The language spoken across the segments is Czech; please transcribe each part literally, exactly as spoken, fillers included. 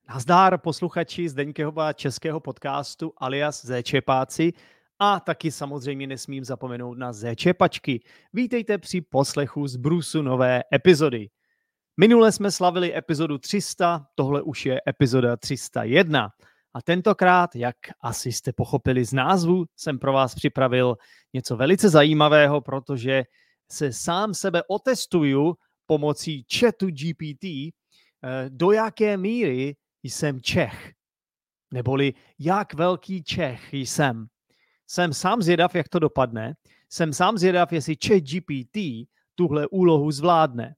Nazdár posluchači Zdeňkova českého podcastu alias Zéčepáci a taky samozřejmě nesmím zapomenout na Zéčepačky. Vítejte při poslechu z Brusu nové epizody. Minule jsme slavili epizodu tři sta, tohle už je epizoda tři sta jedna. A tentokrát, jak asi jste pochopili z názvu, jsem pro vás připravil něco velice zajímavého, protože se sám sebe otestuju pomocí chatu G P T, do jaké míry jsem Čech. Neboli jak velký Čech jsem. Jsem sám zvědav, jak to dopadne. Jsem sám zvědav, jestli ChatGPT tuhle úlohu zvládne.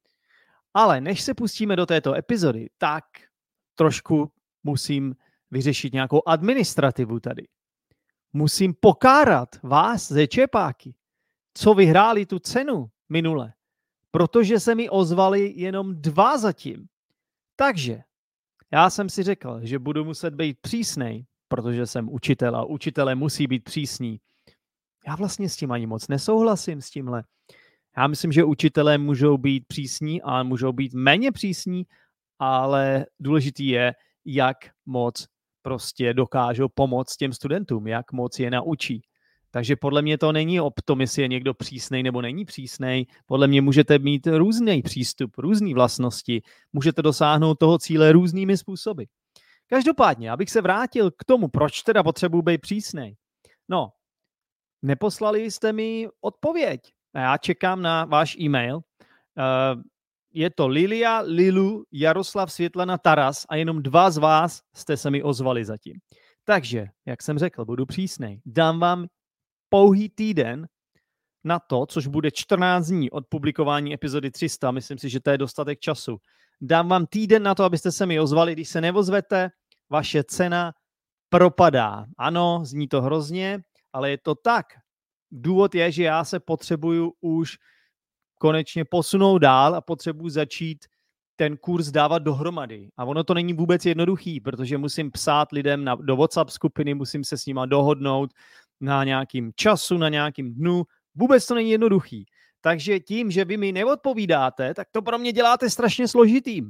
Ale než se pustíme do této epizody, tak trošku musím vyřešit nějakou administrativu tady. Musím pokárat vás, Zéčepáky, co vyhráli tu cenu minule, protože se mi ozvali jenom dva zatím. Takže já jsem si řekl, že budu muset být přísnej, protože jsem učitel a učitelé musí být přísní. Já vlastně s tím ani moc nesouhlasím s tímhle. Já myslím, že učitelé můžou být přísní a můžou být méně přísní, ale důležitý je, jak moc prostě dokážou pomoct těm studentům, jak moc je naučí. Takže podle mě to není o tom, jestli je někdo přísnej nebo není přísnej. Podle mě můžete mít různý přístup, různé vlastnosti. Můžete dosáhnout toho cíle různými způsoby. Každopádně, abych se vrátil k tomu, proč teda potřebuji být přísnej. No, neposlali jste mi odpověď. A já čekám na váš e-mail. Uh, je to Lilia, Lilu, Jaroslav, Světlana, Taras a jenom dva z vás jste se mi ozvali zatím. Takže, jak jsem řekl, budu přísnej. Dám vám pouhý týden na to, což bude čtrnáct dní od publikování epizody tři sta. Myslím si, že to je dostatek času. Dám vám týden na to, abyste se mi ozvali. Když se neozvete, vaše cena propadá. Ano, zní to hrozně, ale je to tak. Důvod je, že já se potřebuju už konečně posunout dál a potřebuji začít ten kurz dávat dohromady. A ono to není vůbec jednoduchý, protože musím psát lidem na, do WhatsApp skupiny, musím se s nima dohodnout na nějakým času, na nějakým dnu. Vůbec to není jednoduchý. Takže tím, že vy mi neodpovídáte, tak to pro mě děláte strašně složitým.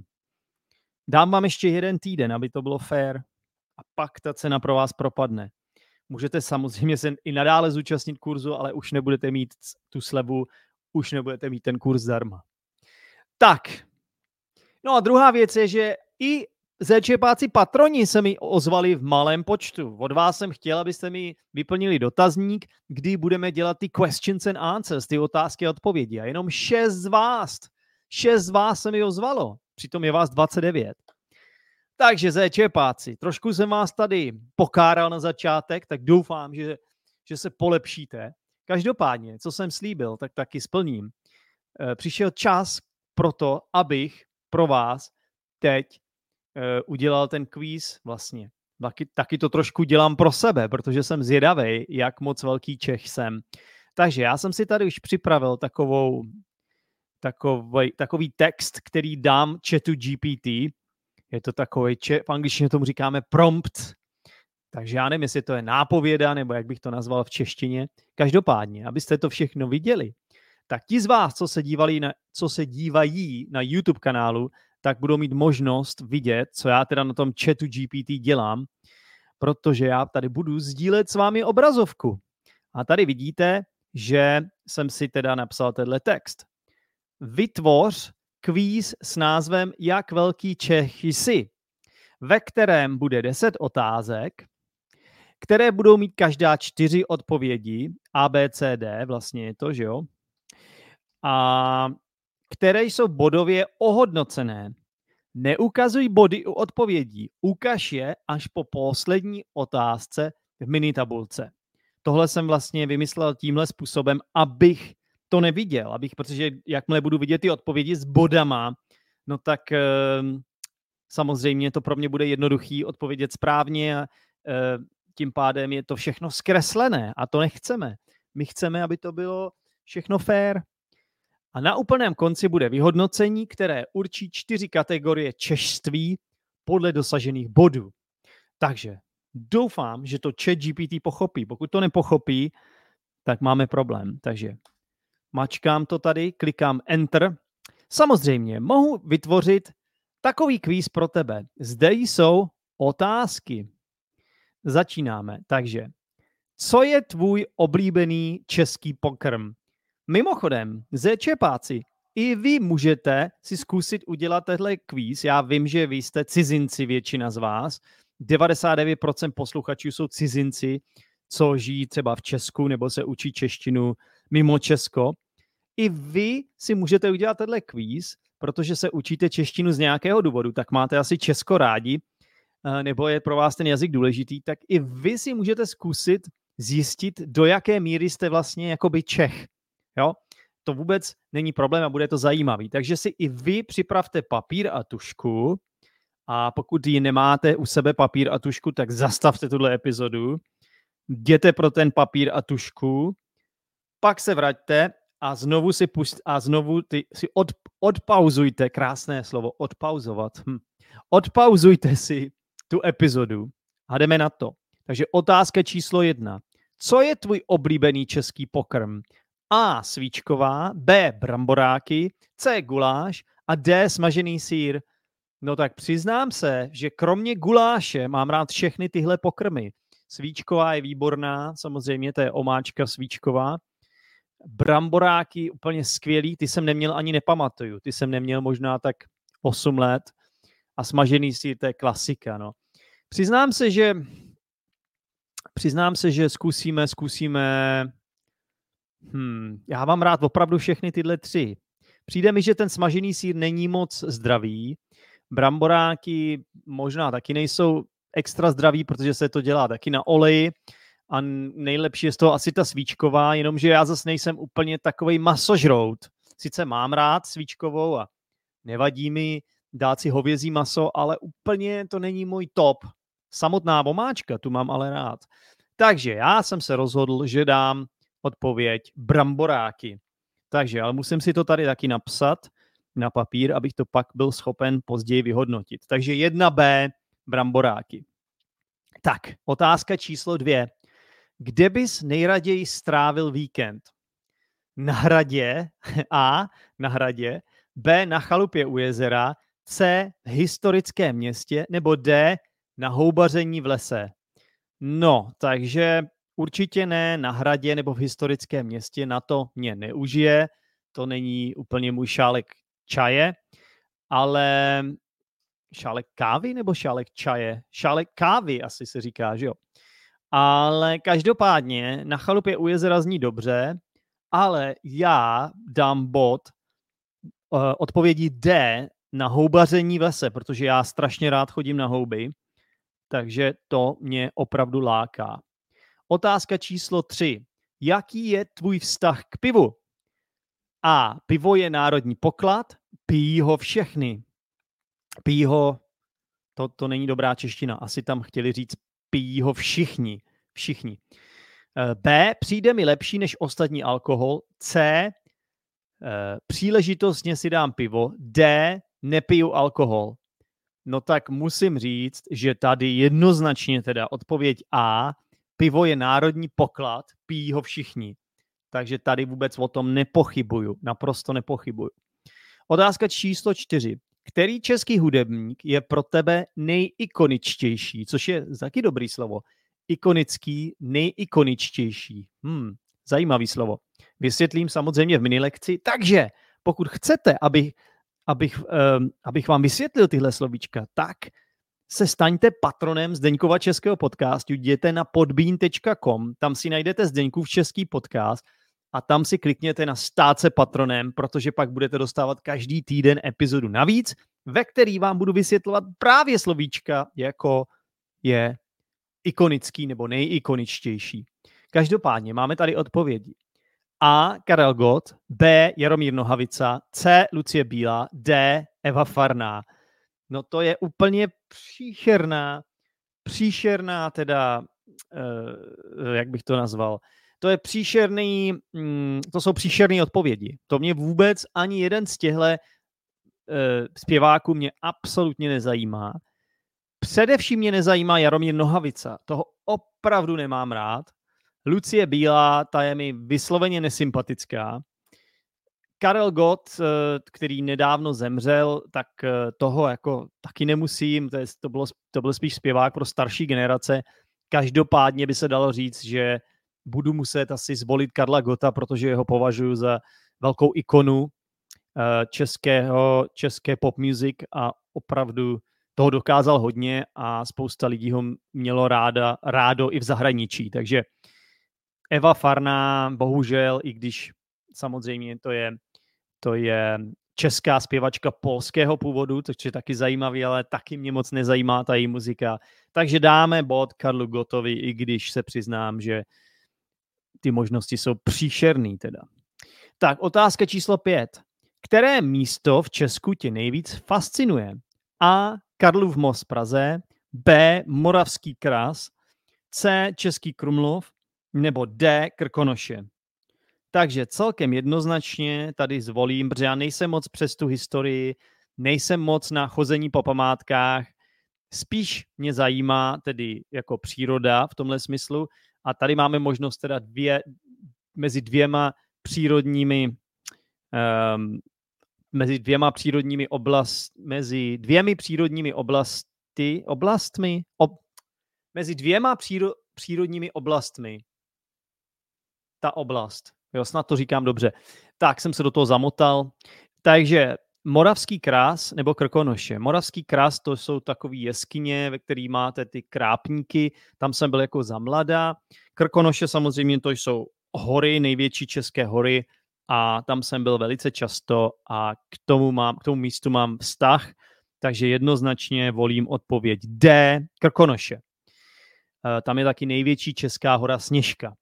Dám vám ještě jeden týden, aby to bylo fair. A pak ta cena pro vás propadne. Můžete samozřejmě se i nadále zúčastnit kurzu, ale už nebudete mít tu slevu, už nebudete mít ten kurz zdarma. Tak. No a druhá věc je, že i Zéčepáci patroni se mi ozvali v malém počtu. Od vás jsem chtěl, abyste mi vyplnili dotazník, kdy budeme dělat ty questions and answers, ty otázky a odpovědi. A jenom šest z vás, šest z vás se mi ozvalo. Přitom je vás dvacet devět. Takže Zéčepáci, trošku jsem vás tady pokáral na začátek, tak doufám, že, že se polepšíte. Každopádně, co jsem slíbil, tak taky splním. Přišel čas pro to, abych pro vás teď udělal ten kvíz vlastně. Taky, taky to trošku dělám pro sebe, protože jsem zvědavej, jak moc velký Čech jsem. Takže já jsem si tady už připravil takovou, takový, takový text, který dám chatu G P T. Je to takový, v angličtině tomu říkáme prompt. Takže já nevím, jestli to je nápověda, nebo jak bych to nazval v češtině. Každopádně, abyste to všechno viděli, tak ti z vás, co se, dívali na, co se dívají na YouTube kanálu, tak budou mít možnost vidět, co já teda na tom chatu G P T dělám, protože já tady budu sdílet s vámi obrazovku. A tady vidíte, že jsem si teda napsal tenhle text. Vytvoř kvíz s názvem Jak velký Čech jsi, ve kterém bude deset otázek, které budou mít každá čtyři odpovědi, A, B, C, D, vlastně je to, že jo? A které jsou bodově ohodnocené. Neukazuj body u odpovědí, ukaž je až po poslední otázce v minitabulce. Tohle jsem vlastně vymyslel tímhle způsobem, abych to neviděl, abych, protože jakmile budu vidět ty odpovědi s bodama, no tak e, samozřejmě to pro mě bude jednoduchý odpovědět správně a e, tím pádem je to všechno zkreslené a to nechceme. My chceme, aby to bylo všechno fair. A na úplném konci bude vyhodnocení, které určí čtyři kategorie češství podle dosažených bodů. Takže doufám, že to ChatGPT pochopí. Pokud to nepochopí, tak máme problém. Takže mačkám to tady, klikám Enter. Samozřejmě mohu vytvořit Takový kvíz pro tebe. Zde jsou otázky. Začínáme. Takže, co je tvůj oblíbený český pokrm? Mimochodem, zéčepáci, i vy můžete si zkusit udělat tenhle kvíz. Já vím, že vy jste cizinci, většina z vás. devadesát devět procent posluchačů jsou cizinci, co žijí třeba v Česku nebo se učí češtinu mimo Česko. I vy si můžete udělat tenhle kvíz, protože se učíte češtinu z nějakého důvodu, tak máte asi Česko rádi, nebo je pro vás ten jazyk důležitý, tak i vy si můžete zkusit zjistit, do jaké míry jste vlastně jakoby Čech. Jo? To vůbec není problém a bude to zajímavý. Takže si i vy připravte papír a tužku a pokud ji nemáte u sebe papír a tužku, tak zastavte tuhle epizodu, jděte pro ten papír a tužku, pak se vraťte a znovu si pust, a znovu ty, si od, odpauzujte, krásné slovo, odpauzovat. Hm. Odpauzujte si tu epizodu a jdeme na to. Takže otázka číslo jedna. Co je tvůj oblíbený český pokrm? A. Svíčková, B. Bramboráky, C. Guláš a D. Smažený sýr. No tak přiznám se, že kromě guláše mám rád všechny tyhle pokrmy. Svíčková je výborná, samozřejmě to je omáčka svíčková. Bramboráky úplně skvělý, ty jsem neměl ani nepamatuju, ty jsem neměl možná tak osm let a smažený sýr, to je klasika, no. Přiznám se, že přiznám se, že zkusíme, zkusíme, hmm, já mám rád opravdu všechny tyhle tři. Přijde mi, že ten smažený sýr není moc zdravý, bramboráky možná taky nejsou extra zdraví, protože se to dělá taky na oleji a nejlepší je z toho asi ta svíčková, jenomže já zase nejsem úplně takovej masožrout. Sice mám rád svíčkovou a nevadí mi dát si hovězí maso, ale úplně to není můj top. Samotná omáčka, tu mám ale rád. Takže já jsem se rozhodl, že dám odpověď bramboráky. Takže, ale musím si to tady taky napsat na papír, abych to pak byl schopen později vyhodnotit. Takže jedna B, bramboráky. Tak, otázka číslo dvě. Kde bys nejraději strávil víkend? Na hradě, A, na hradě, B, na chalupě u jezera, C, v historickém městě, nebo D, na houbaření v lese. No, takže určitě ne na hradě nebo v historickém městě, na to mě neužije, to není úplně můj šálek čaje, ale šálek kávy nebo šálek čaje? Šálek kávy asi se říká, že jo? Ale každopádně na chalupě u jezera zní dobře, ale já dám bod uh, odpovědí D na houbaření v lese, protože já strašně rád chodím na houby, takže to mě opravdu láká. Otázka číslo tři. Jaký je tvůj vztah k pivu? A. Pivo je národní poklad, pijí ho všechny. Pijí ho, to, to není dobrá čeština, asi tam chtěli říct pijí ho všichni. Všichni. B. Přijde mi lepší než ostatní alkohol. C. Příležitostně si dám pivo. D. Nepiju alkohol. No tak musím říct, že tady jednoznačně teda odpověď A. Pivo je národní poklad, pijí ho všichni. Takže tady vůbec o tom nepochybuju. Naprosto nepochybuju. Otázka číslo čtyři. Který český hudebník je pro tebe nejikoničtější? Což je taky dobrý slovo. Ikonický, nejikoničtější. Hmm, zajímavý slovo. Vysvětlím samozřejmě v minilekci. Takže pokud chcete, aby, abych, um, abych vám vysvětlil tyhle slovíčka, tak se staňte patronem Zdeňkova českého podcastu. Jděte na podbean tečka com, tam si najdete Zdeňkův český podcast a tam si klikněte na stát se patronem, protože pak budete dostávat každý týden epizodu navíc, ve který vám budu vysvětlovat právě slovíčka, jako je ikonický nebo nejikoničtější. Každopádně máme tady odpovědi. A. Karel Gott, B. Jaromír Nohavica, C. Lucie Bílá, D. Eva Farná. No to je úplně příšerná, příšerná teda, uh, jak bych to nazval, to je příšerný, mm, to jsou příšerné odpovědi. To mě vůbec ani jeden z těchto uh, zpěváků mě absolutně nezajímá. Především mě nezajímá Jaromír Nohavica. Toho opravdu nemám rád. Lucie Bílá, ta je mi vysloveně nesympatická. Karel Gott, který nedávno zemřel, tak toho jako taky nemusím, to, je, to, bylo, to byl spíš zpěvák pro starší generace. Každopádně by se dalo říct, že budu muset asi zvolit Karla Gotta, protože ho považuji za velkou ikonu českého, české pop music a opravdu toho dokázal hodně a spousta lidí ho mělo ráda, rádo i v zahraničí. Takže Eva Farná, bohužel, i když samozřejmě to je, to je česká zpěvačka polského původu, což je taky zajímavý, ale taky mě moc nezajímá ta její muzika. Takže dáme bod Karlu Gottovi, i když se přiznám, že ty možnosti jsou příšerný teda. Tak, otázka číslo pět. Které místo v Česku tě nejvíc fascinuje? A. Karlův most v Praze, B. Moravský Kras, C. Český Krumlov, nebo D. Krkonoše. Takže celkem jednoznačně tady zvolím, protože já nejsem moc přes tu historii, nejsem moc na chození po památkách, spíš mě zajímá tedy jako příroda v tomhle smyslu a tady máme možnost teda dvě, mezi dvěma přírodními um, mezi dvěma přírodními oblast, mezi dvěmi přírodními oblasti, oblastmi, ob, mezi dvěma příro, přírodními oblastmi. Ta oblast. Jo, snad to říkám dobře. Tak jsem se do toho zamotal. Takže Moravský Kras nebo Krkonoše. Moravský Kras, to jsou takové jeskyně, ve kterých máte ty krápníky. Tam jsem byl jako za mladá. Krkonoše samozřejmě to jsou hory, největší české hory a tam jsem byl velice často a k tomu, mám, k tomu místu mám vztah, takže jednoznačně volím odpověď D, Krkonoše. Tam je taky největší česká hora Sněžka.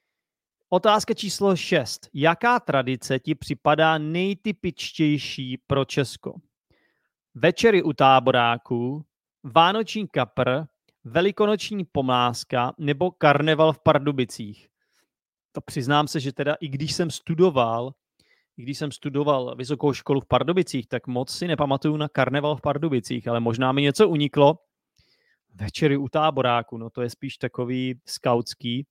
Otázka číslo šest. Jaká tradice ti připadá nejtypičtější pro Česko? Večery u táboráků, vánoční kapr, velikonoční pomlázka nebo karneval v Pardubicích? To přiznám se, že teda i když jsem studoval, i když jsem studoval vysokou školu v Pardubicích, tak moc si nepamatuju na karneval v Pardubicích, ale možná mi něco uniklo. Večery u táboráku, no to je spíš takový skautský.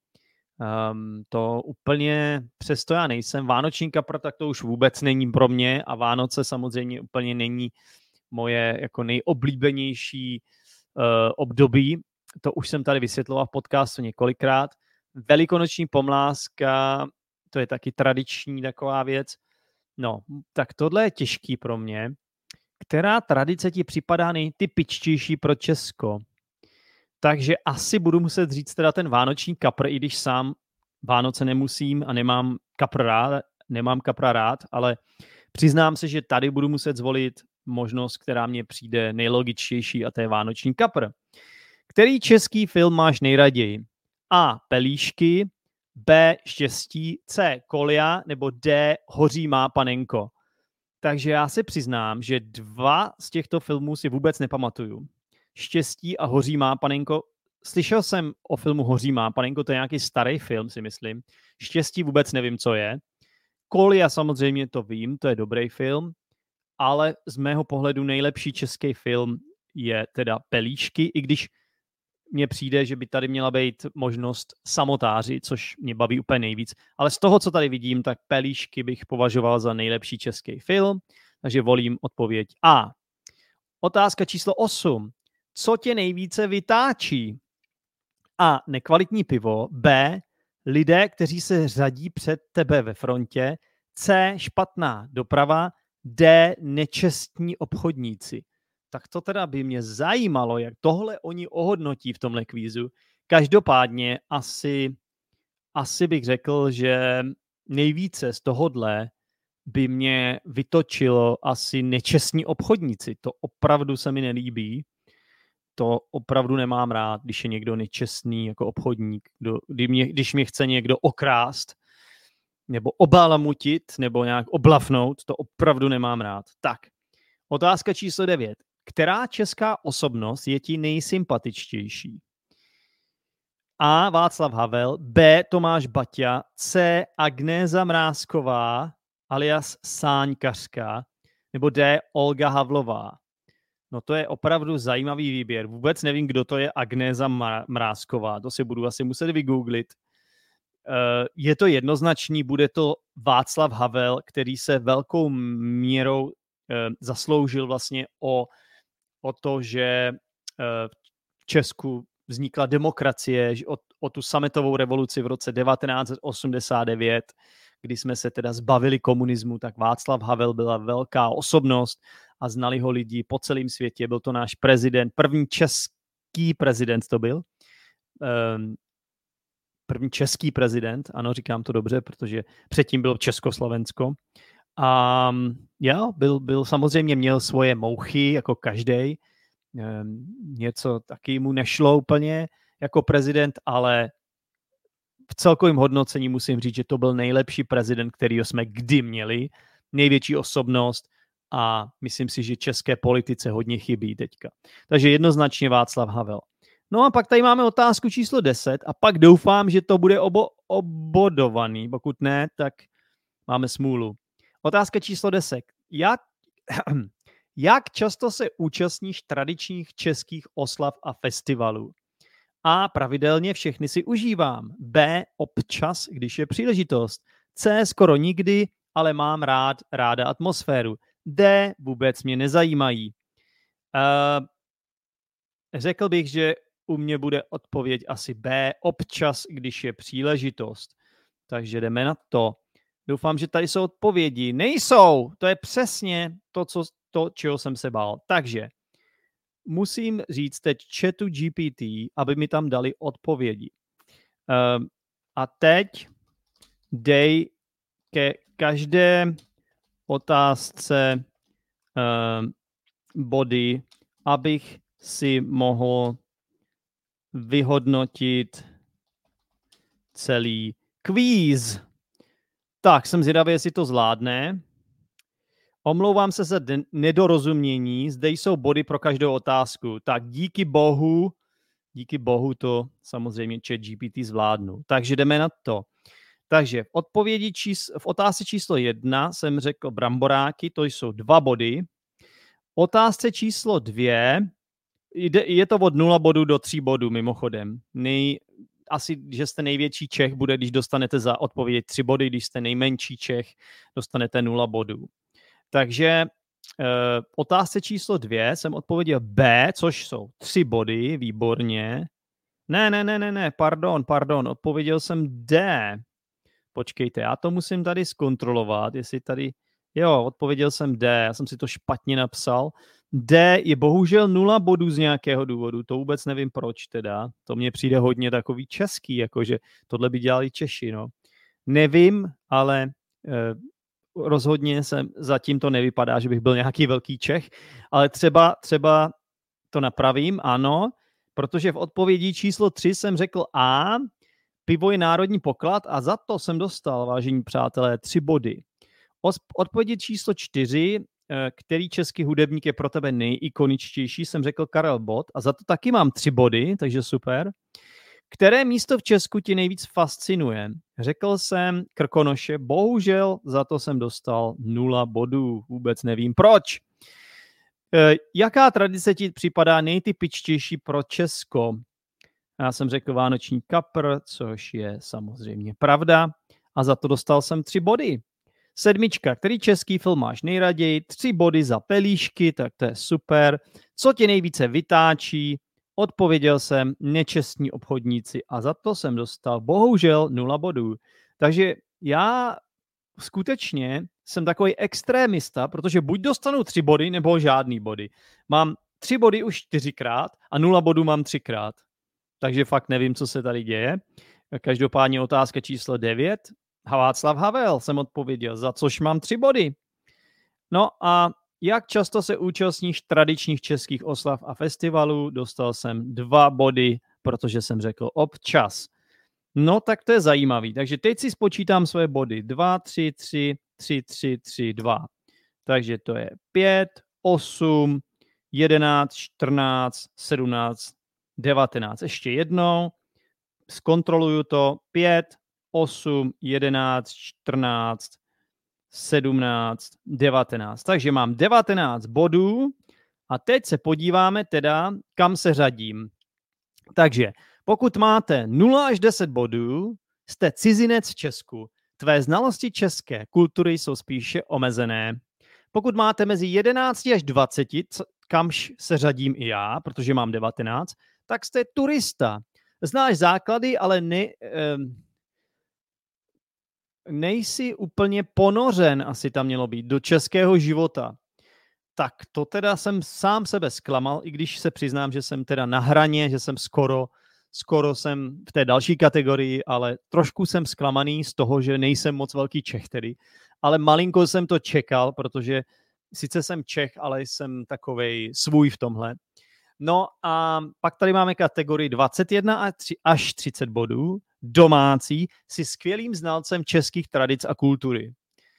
Um, to úplně, přesto já nejsem. Vánoční kapr, tak to už vůbec není pro mě a Vánoce samozřejmě úplně není moje jako nejoblíbenější uh, období. To už jsem tady vysvětloval v podcastu několikrát. Velikonoční pomlázka, to je taky tradiční taková věc. No, tak tohle je těžký pro mě. Která tradice ti připadá nejtypičtější pro Česko? Takže asi budu muset říct teda ten vánoční kapr, i když sám Vánoce nemusím a nemám kapr rád, nemám kapra rád, ale přiznám se, že tady budu muset zvolit možnost, která mně přijde nejlogičtější a to je vánoční kapr. Který český film máš nejraději? A. Pelíšky, B. Štěstí, C. Kolia nebo D. Hoří má panenko. Takže já se přiznám, že dva z těchto filmů si vůbec nepamatuju. Štěstí a Hoří má panenko. Slyšel jsem o filmu Hoří má panenko, to je nějaký starý film, si myslím. Štěstí vůbec nevím, co je. Kolia samozřejmě to vím, to je dobrý film, ale z mého pohledu nejlepší český film je teda Pelíšky, i když mně přijde, že by tady měla být možnost Samotáři, což mě baví úplně nejvíc. Ale z toho, co tady vidím, tak Pelíšky bych považoval za nejlepší český film, takže volím odpověď A. Otázka číslo osm. Co tě nejvíce vytáčí? A. Nekvalitní pivo. B. Lidé, kteří se řadí před tebe ve frontě. C. Špatná doprava. D. Nečestní obchodníci. Tak to teda by mě zajímalo, jak tohle oni ohodnotí v tomhle kvízu. Každopádně asi, asi bych řekl, že nejvíce z tohodle by mě vytočilo asi nečestní obchodníci. To opravdu se mi nelíbí. To opravdu nemám rád, když je někdo nečestný jako obchodník. Kdo, kdy mě, když mě chce někdo okrást nebo obalamutit nebo nějak oblafnout, to opravdu nemám rád. Tak, otázka číslo devět. Která česká osobnost je ti nejsympatičtější? A. Václav Havel, B. Tomáš Baťa, C. Agnéza Mrázková alias Sáňkařka, nebo D. Olga Havlová. No to je opravdu zajímavý výběr. Vůbec nevím, kdo to je Agnéza Mrázková. To si budu asi muset vygooglit. je to jednoznačný, bude to Václav Havel, který se velkou měrou zasloužil vlastně o, o to, že v Česku vznikla demokracie, o, o tu sametovou revoluci v roce devatenáct osmdesát devět, kdy jsme se teda zbavili komunismu, tak Václav Havel byla velká osobnost a znali ho lidi po celém světě. Byl to náš prezident, první český prezident to byl. Um, první český prezident, ano, říkám to dobře, protože předtím bylo Československo. A jo, byl, byl samozřejmě měl svoje mouchy, jako každej. Něco taky mu nešlo úplně jako prezident, ale v celkovém hodnocení musím říct, že to byl nejlepší prezident, kterýho jsme kdy měli, největší osobnost a myslím si, že české politice hodně chybí teďka. Takže jednoznačně Václav Havel. No a pak tady máme otázku číslo deset a pak doufám, že to bude obo, obodovaný. Pokud ne, tak máme smůlu. Otázka číslo deset. Jak, jak často se účastníš tradičních českých oslav a festivalů? A. Pravidelně všechny si užívám. B. Občas, když je příležitost. C. Skoro nikdy, ale mám rád, ráda atmosféru. D. Vůbec mě nezajímají. Uh, řekl bych, že u mě bude odpověď asi B. Občas, když je příležitost. Takže jdeme na to. Doufám, že tady jsou odpovědi. Nejsou! To je přesně to, co, to čeho jsem se bál. Takže musím říct teď chatu G P T, aby mi tam dali odpovědi. Um, a teď dej ke každé otázce um, body, abych si mohl vyhodnotit celý kvíz. Tak, jsem zvědavý, jestli to zvládne. Omlouvám se za den- nedorozumění. Zde jsou body pro každou otázku. Tak díky bohu, díky bohu to samozřejmě ChatGPT zvládnu. Takže jdeme na to. Takže v odpovědi čís- v otázce číslo jedna jsem řekl bramboráky, to jsou dva body. Otázce číslo dvě, je to od nula bodů do tří bodů mimochodem. Nej, asi, že jste největší Čech, bude, když dostanete za odpověď tři body, když jste nejmenší Čech, dostanete nula bodů. Takže e, otázce číslo dvě jsem odpověděl B, což jsou tři body, výborně. Ne, ne, ne, ne, ne, pardon, pardon, odpověděl jsem D. Počkejte, já to musím tady zkontrolovat, jestli tady, jo, odpověděl jsem D, já jsem si to špatně napsal. D je bohužel nula bodů z nějakého důvodu, to vůbec nevím proč teda, to mně přijde hodně takový český, jakože tohle by dělali Češi, no. Nevím, ale e, rozhodně jsem, zatím to nevypadá, že bych byl nějaký velký Čech, ale třeba, třeba to napravím, ano, protože v odpovědi číslo tři jsem řekl A, pivo je národní poklad a za to jsem dostal, vážení přátelé, tři body. Odpovědi číslo čtyři, který český hudebník je pro tebe nejikoničtější, jsem řekl Karel Bott a za to taky mám tři body, takže super. Které místo v Česku ti nejvíc fascinuje? Řekl jsem Krkonoše, bohužel za to jsem dostal nula bodů, vůbec nevím proč. E, jaká tradice ti připadá nejtypičtější pro Česko? Já jsem řekl Vánoční kapr, což je samozřejmě pravda a za to dostal jsem tři body. Sedmička, který český film máš nejraději? Tři body za pelíšky, tak to je super. Co tě nejvíce vytáčí? Odpověděl jsem nečestní obchodníci a za to jsem dostal bohužel nula bodů. Takže já skutečně jsem takový extrémista, protože buď dostanu tři body, nebo žádný body. Mám tři body už čtyřikrát a nula bodů mám třikrát. Takže fakt nevím, co se tady děje. Každopádně otázka číslo devět. Václav Havel jsem odpověděl, za což mám tři body. No a jak často se účastníš tradičních českých oslav a festivalů? Dostal jsem dva body, protože jsem řekl občas. No tak to je zajímavý. Takže teď si spočítám své body. dva, tři, tři, tři, tři, tři, dva. Takže to je pět, osm, jedenáct, čtrnáct, sedmnáct, devatenáct. Ještě jednou. Zkontroluju to. pět, osm, jedenáct, čtrnáct, sedmnáct, devatenáct. Takže mám devatenáct bodů a teď se podíváme teda, kam se řadím. Takže pokud máte nula až deset bodů, Jste cizinec v Česku. Tvé znalosti české kultury jsou spíše omezené. Pokud máte mezi jedenácti až dvaceti, kamž se řadím i já, protože mám devatenáct, tak jste turista. Znáš základy, ale ne, nejsi úplně ponořen, asi tam mělo být, do českého života. Tak to teda jsem sám sebe zklamal, i když se přiznám, že jsem teda na hraně, že jsem skoro, skoro jsem v té další kategorii, ale trošku jsem zklamaný z toho, že nejsem moc velký Čech tedy, ale malinko jsem to čekal, protože sice jsem Čech, ale jsem takovej svůj v tomhle. No a pak tady máme kategorii dvacet jedna až třicet bodů, domácí, si skvělým znalcem českých tradic a kultury.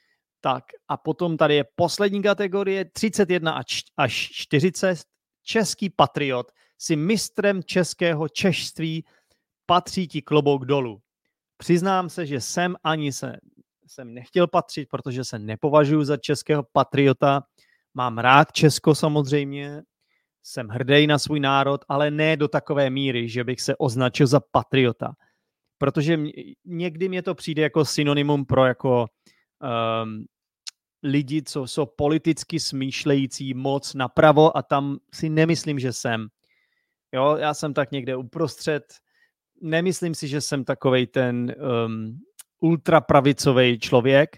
Tak a potom tady je poslední kategorie třicet jedna až čtyřicet, český patriot, si mistrem českého češství, patří ti klobouk dolů. Přiznám se, že jsem ani se, jsem nechtěl patřit, protože se nepovažuji za českého patriota. Mám rád Česko samozřejmě, jsem hrdý na svůj národ, ale ne do takové míry, že bych se označil za patriota. Protože někdy mě to přijde jako synonymum pro jako um, lidi, co jsou politicky smýšlející moc napravo a tam si nemyslím, že jsem. Jo, já jsem tak někde uprostřed. Nemyslím si, že jsem takovej ten um, ultrapravicový člověk,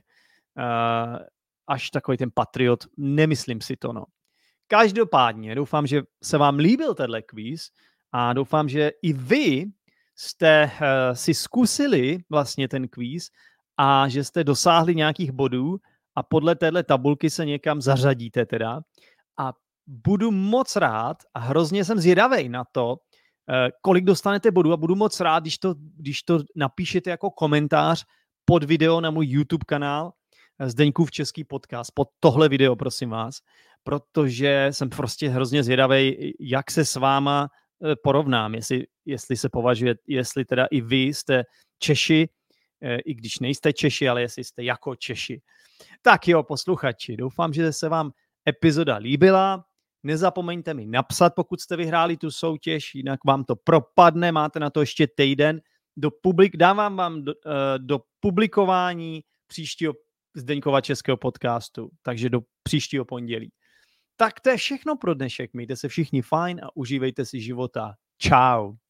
uh, až takový ten patriot. Nemyslím si to, no. Každopádně doufám, že se vám líbil tenhle kvíz a doufám, že i vy jste uh, si zkusili vlastně ten kvíz a že jste dosáhli nějakých bodů a podle téhle tabulky se někam zařadíte teda. A budu moc rád a hrozně jsem zvědavej na to, uh, kolik dostanete bodů a budu moc rád, když to, když to napíšete jako komentář pod video na můj YouTube kanál Zdeňkův český podcast, pod tohle video, prosím vás, protože jsem prostě hrozně zvědavej, jak se s váma porovnám, jestli, jestli se považuje, jestli teda i vy jste Češi, i když nejste Češi, ale jestli jste jako Češi. Tak jo, posluchači, doufám, že se vám epizoda líbila. Nezapomeňte mi napsat, pokud jste vyhráli tu soutěž, jinak vám to propadne, máte na to ještě týden. Do publik, dávám vám do, do publikování příštího Zdeňkova českého podcastu, takže do příštího pondělí. Tak to je všechno pro dnešek. Mějte se všichni fajn a užívejte si života. Čau.